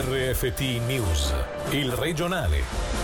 RFT News, il regionale.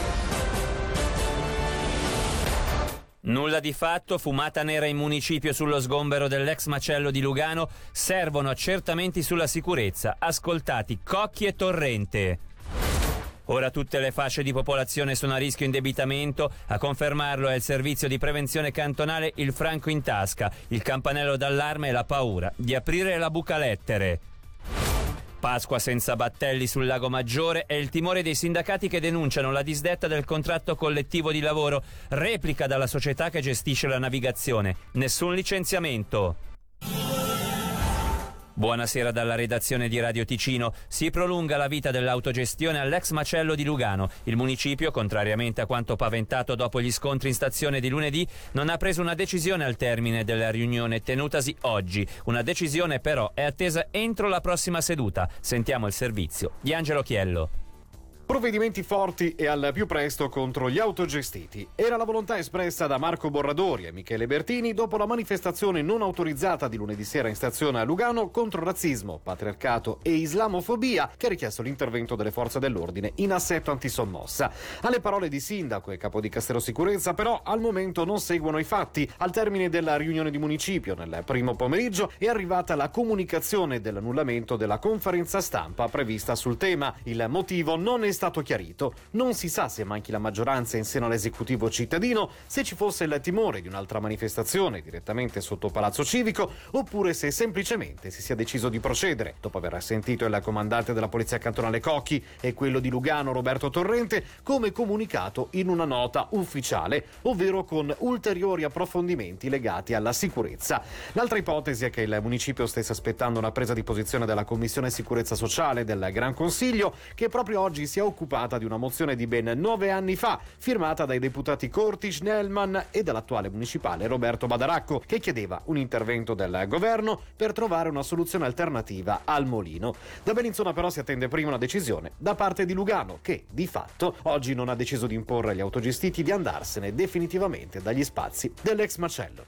Nulla di fatto, fumata nera in municipio sullo sgombero dell'ex macello di Lugano, servono accertamenti sulla sicurezza, ascoltati Cocchi e Torrente. Ora tutte le fasce di popolazione sono a rischio indebitamento, a confermarlo è il servizio di prevenzione cantonale Il Franco in Tasca, il campanello d'allarme e la paura di aprire la buca lettere. Pasqua senza battelli sul Lago Maggiore è il timore dei sindacati che denunciano la disdetta del contratto collettivo di lavoro, replica dalla società che gestisce la navigazione. Nessun licenziamento. Buonasera dalla redazione di Radio Ticino. Si prolunga la vita dell'autogestione all'ex macello di Lugano. Il municipio, contrariamente a quanto paventato dopo gli scontri in stazione di lunedì, non ha preso una decisione al termine della riunione tenutasi oggi. Una decisione però è attesa entro la prossima seduta. Sentiamo il servizio di Angelo Chiello. Provvedimenti forti e al più presto contro gli autogestiti. Era la volontà espressa da Marco Borradori e Michele Bertini dopo la manifestazione non autorizzata di lunedì sera in stazione a Lugano contro razzismo, patriarcato e islamofobia, che ha richiesto l'intervento delle forze dell'ordine in assetto antisommossa. Alle parole di sindaco e capo di Castero Sicurezza però al momento non seguono i fatti. Al termine della riunione di municipio nel primo pomeriggio è arrivata la comunicazione dell'annullamento della conferenza stampa prevista sul tema. Il motivo non è stato chiarito. Non si sa se manchi la maggioranza in seno all'esecutivo cittadino, se ci fosse il timore di un'altra manifestazione direttamente sotto Palazzo Civico, oppure se semplicemente si sia deciso di procedere, dopo aver sentito il comandante della Polizia Cantonale Cocchi e quello di Lugano Roberto Torrente, come comunicato in una nota ufficiale, ovvero con ulteriori approfondimenti legati alla sicurezza. L'altra ipotesi è che il municipio stesse aspettando una presa di posizione della Commissione Sicurezza Sociale del Gran Consiglio, che proprio oggi si è occupata di una mozione di ben 9 anni fa, firmata dai deputati Corti, Schnellman e dall'attuale municipale Roberto Badaracco, che chiedeva un intervento del governo per trovare una soluzione alternativa al Molino. Da Bellinzona però si attende prima una decisione da parte di Lugano, che di fatto oggi non ha deciso di imporre agli autogestiti di andarsene definitivamente dagli spazi dell'ex macello.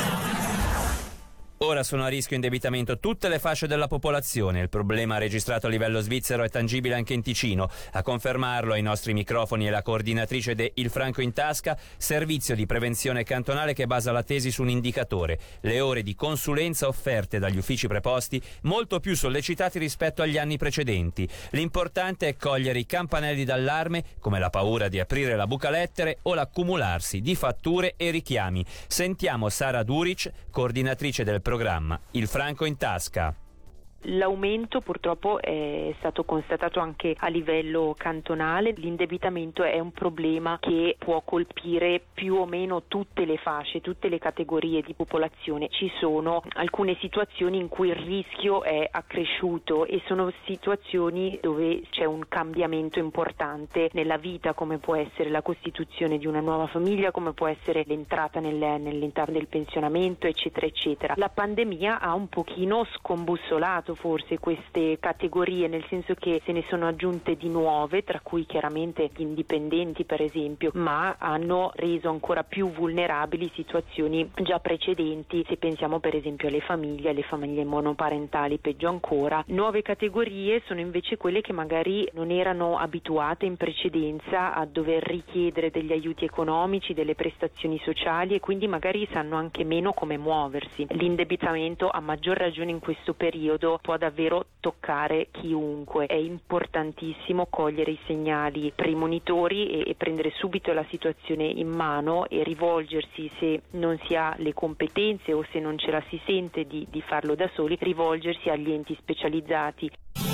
Ora sono a rischio indebitamento tutte le fasce della popolazione. Il problema registrato a livello svizzero è tangibile anche in Ticino. A confermarlo ai nostri microfoni è la coordinatrice de Il Franco in Tasca, servizio di prevenzione cantonale che basa la tesi su un indicatore: le ore di consulenza offerte dagli uffici preposti, molto più sollecitati rispetto agli anni precedenti. L'importante è cogliere i campanelli d'allarme, come la paura di aprire la buca lettere o l'accumularsi di fatture e richiami. Sentiamo Sara Duric, coordinatrice del programma Il Franco in Tasca. L'aumento purtroppo è stato constatato anche a livello cantonale. L'indebitamento è un problema che può colpire più o meno tutte le fasce, tutte le categorie di popolazione. Ci sono alcune situazioni in cui il rischio è accresciuto e sono situazioni dove c'è un cambiamento importante nella vita, come può essere la costituzione di una nuova famiglia, come può essere l'entrata nell'interno del pensionamento, eccetera eccetera. La pandemia ha un pochino scombussolato forse queste categorie, nel senso che se ne sono aggiunte di nuove, tra cui chiaramente gli indipendenti per esempio, ma hanno reso ancora più vulnerabili situazioni già precedenti. Se pensiamo per esempio alle famiglie monoparentali, peggio ancora. Nuove categorie sono invece quelle che magari non erano abituate in precedenza a dover richiedere degli aiuti economici, delle prestazioni sociali, e quindi magari sanno anche meno come muoversi. L'indebitamento, a maggior ragione in questo periodo, può davvero toccare chiunque. È importantissimo cogliere i segnali premonitori e prendere subito la situazione in mano e rivolgersi, se non si ha le competenze o se non ce la si sente di farlo da soli, rivolgersi agli enti specializzati.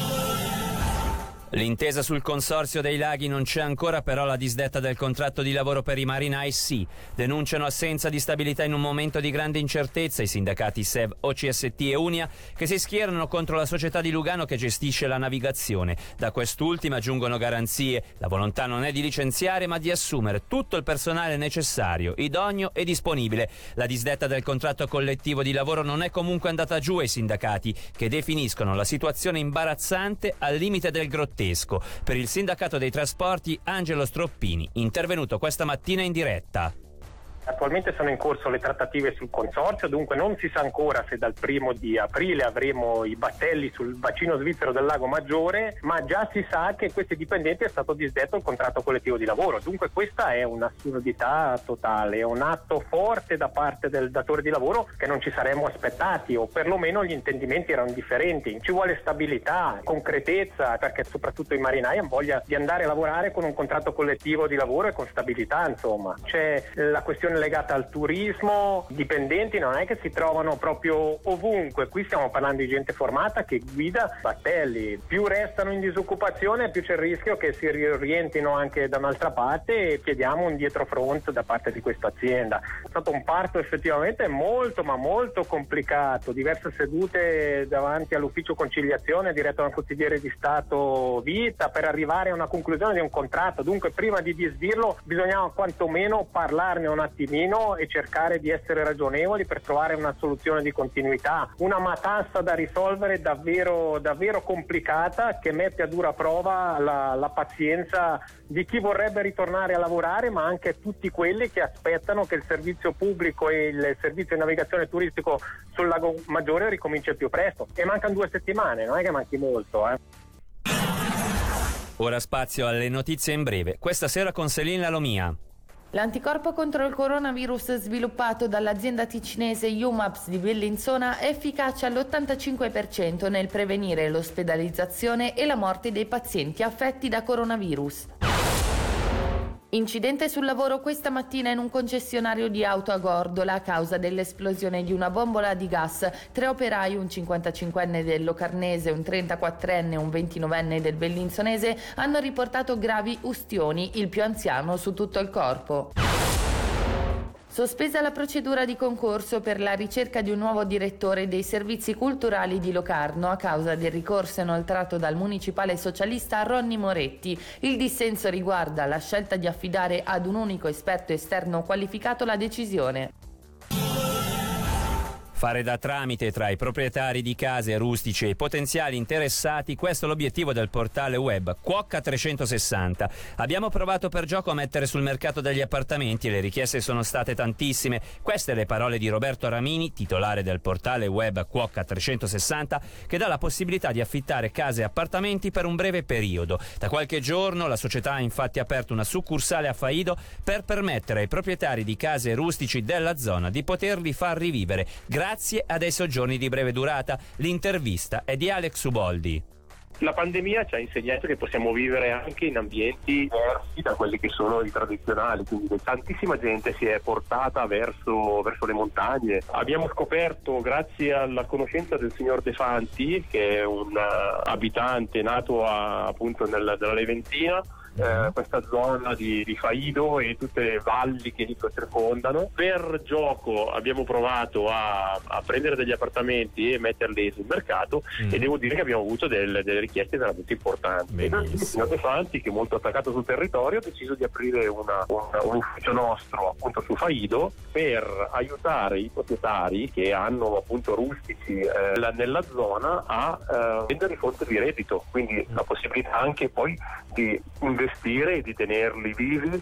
L'intesa sul consorzio dei laghi non c'è ancora, però la disdetta del contratto di lavoro per i marinai sì. Denunciano assenza di stabilità in un momento di grande incertezza i sindacati SEV, OCST e Unia, che si schierano contro la società di Lugano che gestisce la navigazione. Da quest'ultima giungono garanzie. La volontà non è di licenziare ma di assumere tutto il personale necessario, idoneo e disponibile. La disdetta del contratto collettivo di lavoro non è comunque andata giù ai sindacati, che definiscono la situazione imbarazzante al limite del grottesco. Per il sindacato dei trasporti Angelo Stroppini, intervenuto questa mattina in diretta. Attualmente sono in corso le trattative sul consorzio, dunque non si sa ancora se dal 1 di aprile avremo i battelli sul bacino svizzero del Lago Maggiore, ma già si sa che questi dipendenti è stato disdetto il contratto collettivo di lavoro. Dunque questa è un'assurdità totale, è un atto forte da parte del datore di lavoro che non ci saremmo aspettati, o perlomeno gli intendimenti erano differenti. Ci vuole stabilità, concretezza, perché soprattutto i marinai hanno voglia di andare a lavorare con un contratto collettivo di lavoro e con stabilità, insomma. C'è la questione legata al turismo, dipendenti non è che si trovano proprio ovunque, qui stiamo parlando di gente formata che guida battelli, più restano in disoccupazione più c'è il rischio che si riorientino anche da un'altra parte, e chiediamo un dietrofront da parte di questa azienda. È stato un parto effettivamente molto ma molto complicato, diverse sedute davanti all'ufficio conciliazione diretto da un consigliere di Stato Vita per arrivare a una conclusione di un contratto. Dunque prima di disdirlo bisognava quantomeno parlarne un attimino e cercare di essere ragionevoli per trovare una soluzione di continuità. Una matassa da risolvere davvero complicata, che mette a dura prova la pazienza di chi vorrebbe ritornare a lavorare, ma anche tutti quelli che aspettano che il servizio pubblico e il servizio di navigazione turistico sul Lago Maggiore ricominci al più presto. E mancano 2 settimane, non è che manchi molto. Ora spazio alle notizie in breve. Questa sera con Céline Lalomia. L'anticorpo contro il coronavirus sviluppato dall'azienda ticinese UMAPS di Bellinzona è efficace all'85% nel prevenire l'ospedalizzazione e la morte dei pazienti affetti da coronavirus. Incidente sul lavoro questa mattina in un concessionario di auto a Gordola a causa dell'esplosione di una bombola di gas. 3 operai, un 55enne del Locarnese, un 34enne e un 29enne del Bellinzonese, hanno riportato gravi ustioni, il più anziano su tutto il corpo. Sospesa la procedura di concorso per la ricerca di un nuovo direttore dei servizi culturali di Locarno a causa del ricorso inoltrato dal municipale socialista Ronny Moretti. Il dissenso riguarda la scelta di affidare ad un unico esperto esterno qualificato la decisione. Fare da tramite tra i proprietari di case rustici e i potenziali interessati, questo è l'obiettivo del portale web Cuocca 360. Abbiamo provato per gioco a mettere sul mercato degli appartamenti e le richieste sono state tantissime. Queste le parole di Roberto Ramini, titolare del portale web Cuocca 360, che dà la possibilità di affittare case e appartamenti per un breve periodo. Da qualche giorno la società ha infatti aperto una succursale a Faido per permettere ai proprietari di case rustici della zona di poterli far rivivere grazie a dei soggiorni di breve durata. L'intervista è di Alex Uboldi. La pandemia ci ha insegnato che possiamo vivere anche in ambienti diversi da quelli che sono i tradizionali, quindi tantissima gente si è portata verso le montagne. Abbiamo scoperto, grazie alla conoscenza del signor De Fanti, che è un abitante nato appunto nella Leventina, questa zona di Faido e tutte le valli che li circondano. Per gioco abbiamo provato a prendere degli appartamenti e metterli sul mercato e devo dire che abbiamo avuto delle richieste veramente importanti. Il signor De Fanti, che è molto attaccato sul territorio, ha deciso di aprire un ufficio nostro appunto su Faido per aiutare i proprietari che hanno appunto rustici nella zona a rendere fonte di reddito, quindi la possibilità anche poi di investire e di tenerli vivi.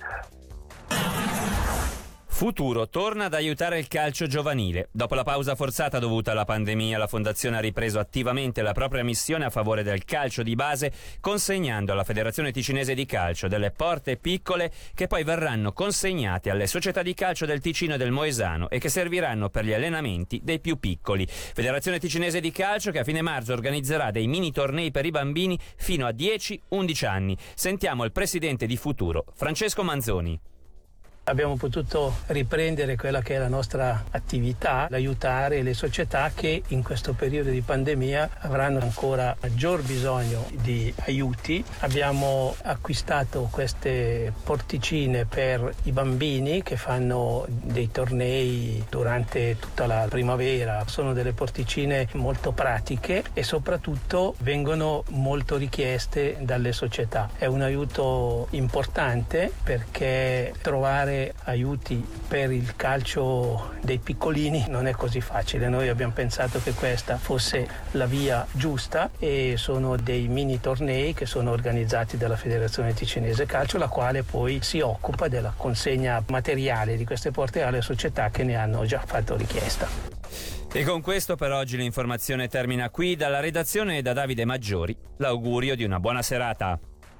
Futuro torna ad aiutare il calcio giovanile. Dopo la pausa forzata dovuta alla pandemia, la Fondazione ha ripreso attivamente la propria missione a favore del calcio di base, consegnando alla Federazione Ticinese di Calcio delle porte piccole che poi verranno consegnate alle società di calcio del Ticino e del Moesano e che serviranno per gli allenamenti dei più piccoli. Federazione Ticinese di Calcio che a fine marzo organizzerà dei mini tornei per i bambini fino a 10-11 anni. Sentiamo il presidente di Futuro, Francesco Manzoni. Abbiamo potuto riprendere quella che è la nostra attività, l'aiutare le società che in questo periodo di pandemia avranno ancora maggior bisogno di aiuti. Abbiamo acquistato queste porticine per i bambini che fanno dei tornei durante tutta la primavera. Sono delle porticine molto pratiche e soprattutto vengono molto richieste dalle società. È un aiuto importante perché trovare trovare aiuti per il calcio dei piccolini non è così facile. Noi abbiamo pensato che questa fosse la via giusta e sono dei mini tornei che sono organizzati dalla Federazione Ticinese Calcio, la quale poi si occupa della consegna materiale di queste porte alle società che ne hanno già fatto richiesta. E con questo per oggi l'informazione termina qui. Dalla redazione e da Davide Maggiori l'augurio di una buona serata.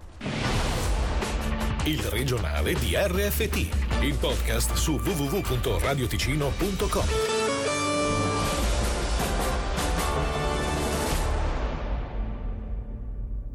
Il regionale di RFT, il podcast su www.radioticino.com.